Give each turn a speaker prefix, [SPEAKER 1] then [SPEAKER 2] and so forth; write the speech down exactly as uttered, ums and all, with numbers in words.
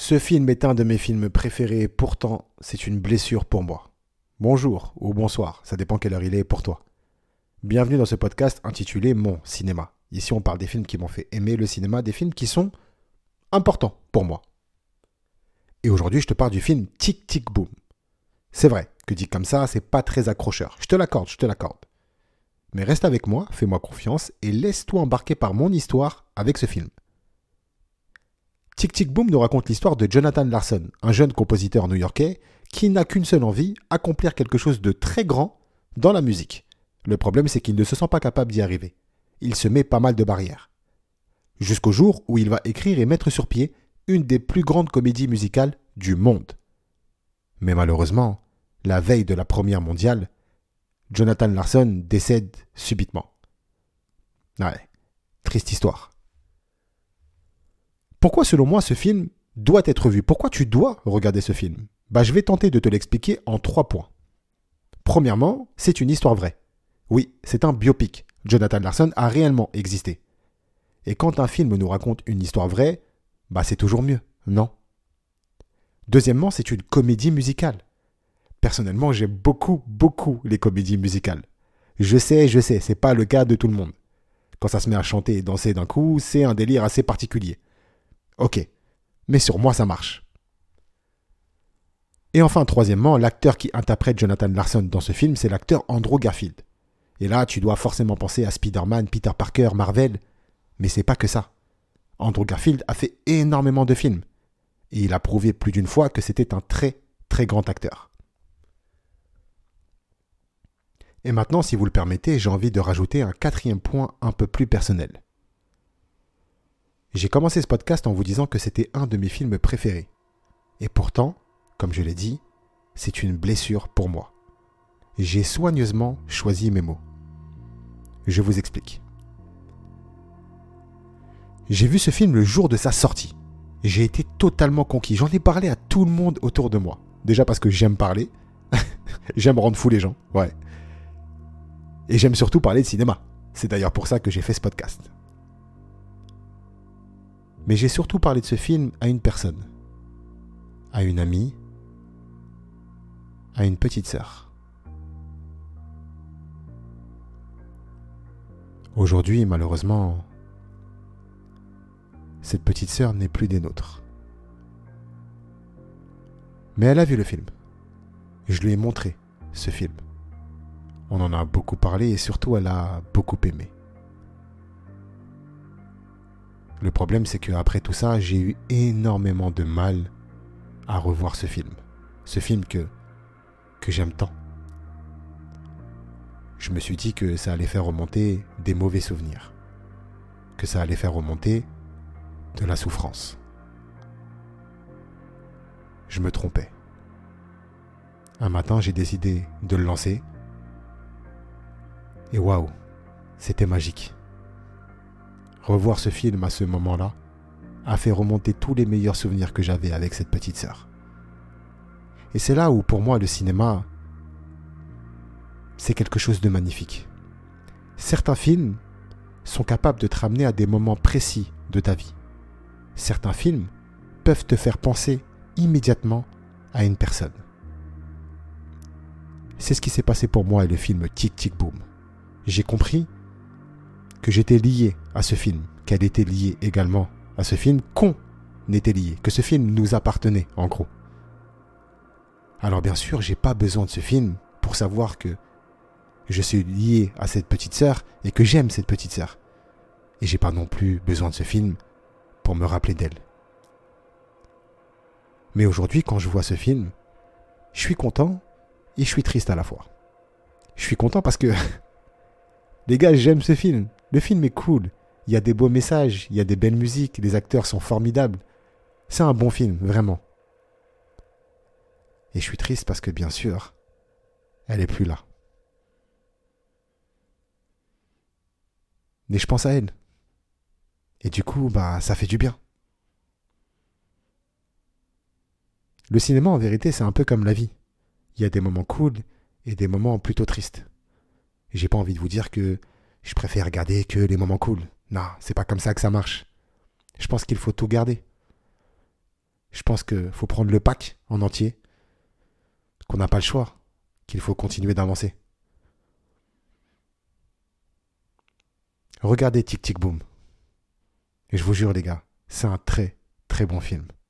[SPEAKER 1] Ce film est un de mes films préférés, pourtant c'est une blessure pour moi. Bonjour ou bonsoir, ça dépend quelle heure il est pour toi. Bienvenue dans ce podcast intitulé Mon cinéma. Ici on parle des films qui m'ont fait aimer le cinéma, des films qui sont importants pour moi. Et aujourd'hui je te parle du film Tic Tic Boom. C'est vrai que dit comme ça, c'est pas très accrocheur. Je te l'accorde, je te l'accorde. Mais reste avec moi, fais-moi confiance et laisse-toi embarquer par mon histoire avec ce film. Tic Tic Boom nous raconte l'histoire de Jonathan Larson, un jeune compositeur new-yorkais qui n'a qu'une seule envie, accomplir quelque chose de très grand dans la musique. Le problème, c'est qu'il ne se sent pas capable d'y arriver. Il se met pas mal de barrières. Jusqu'au jour où il va écrire et mettre sur pied une des plus grandes comédies musicales du monde. Mais malheureusement, la veille de la première mondiale, Jonathan Larson décède subitement. Ouais, triste histoire. Pourquoi, selon moi, ce film doit être vu? Pourquoi tu dois regarder ce film? Bah, je vais tenter de te l'expliquer en trois points. Premièrement, c'est une histoire vraie. Oui, c'est un biopic. Jonathan Larson a réellement existé. Et quand un film nous raconte une histoire vraie, bah c'est toujours mieux, non? Deuxièmement, c'est une comédie musicale. Personnellement, j'aime beaucoup, beaucoup les comédies musicales. Je sais, je sais, c'est pas le cas de tout le monde. Quand ça se met à chanter et danser d'un coup, c'est un délire assez particulier. Ok, mais sur moi ça marche. Et enfin, troisièmement, l'acteur qui interprète Jonathan Larson dans ce film, c'est l'acteur Andrew Garfield. Et là, tu dois forcément penser à Spider-Man, Peter Parker, Marvel, mais c'est pas que ça. Andrew Garfield a fait énormément de films, et il a prouvé plus d'une fois que c'était un très, très grand acteur. Et maintenant, si vous le permettez, j'ai envie de rajouter un quatrième point un peu plus personnel. J'ai commencé ce podcast en vous disant que c'était un de mes films préférés. Et pourtant, comme je l'ai dit, c'est une blessure pour moi. J'ai soigneusement choisi mes mots. Je vous explique. J'ai vu ce film le jour de sa sortie. J'ai été totalement conquis. J'en ai parlé à tout le monde autour de moi. Déjà parce que j'aime parler. J'aime rendre fou les gens. Ouais. Et j'aime surtout parler de cinéma. C'est d'ailleurs pour ça que j'ai fait ce podcast. Mais j'ai surtout parlé de ce film à une personne, à une amie, à une petite sœur. Aujourd'hui, malheureusement, cette petite sœur n'est plus des nôtres. Mais elle a vu le film. Je lui ai montré ce film. On en a beaucoup parlé et surtout elle a beaucoup aimé. Le problème, c'est qu'après tout ça, j'ai eu énormément de mal à revoir ce film. Ce film que, que j'aime tant. Je me suis dit que ça allait faire remonter des mauvais souvenirs. Que ça allait faire remonter de la souffrance. Je me trompais. Un matin, j'ai décidé de le lancer. Et waouh, c'était magique. Revoir ce film à ce moment-là a fait remonter tous les meilleurs souvenirs que j'avais avec cette petite sœur. Et c'est là où pour moi le cinéma, c'est quelque chose de magnifique. Certains films sont capables de te ramener à des moments précis de ta vie. Certains films peuvent te faire penser immédiatement à une personne. C'est ce qui s'est passé pour moi et le film Tic Tic Boom. J'ai compris que j'étais lié à ce film, qu'elle était liée également à ce film, qu'on était lié, que ce film nous appartenait en gros. Alors bien sûr, j'ai pas besoin de ce film pour savoir que je suis lié à cette petite sœur et que j'aime cette petite sœur. Et j'ai pas non plus besoin de ce film pour me rappeler d'elle. Mais aujourd'hui, quand je vois ce film, je suis content et je suis triste à la fois. Je suis content parce que les gars, j'aime ce film. Le film est cool. Il y a des beaux messages, il y a des belles musiques, les acteurs sont formidables. C'est un bon film, vraiment. Et je suis triste parce que, bien sûr, elle est plus là. Mais je pense à elle. Et du coup, bah, ça fait du bien. Le cinéma, en vérité, c'est un peu comme la vie. Il y a des moments cool et des moments plutôt tristes. Et j'ai pas envie de vous dire que je préfère regarder que les moments cool. Non, c'est pas comme ça que ça marche. Je pense qu'il faut tout garder. Je je pense qu'il faut prendre le pack en entier, qu'on n'a pas le choix, qu'il faut continuer d'avancer. Regardez Tic Tic Boom. Et je vous jure les gars, c'est un très très bon film.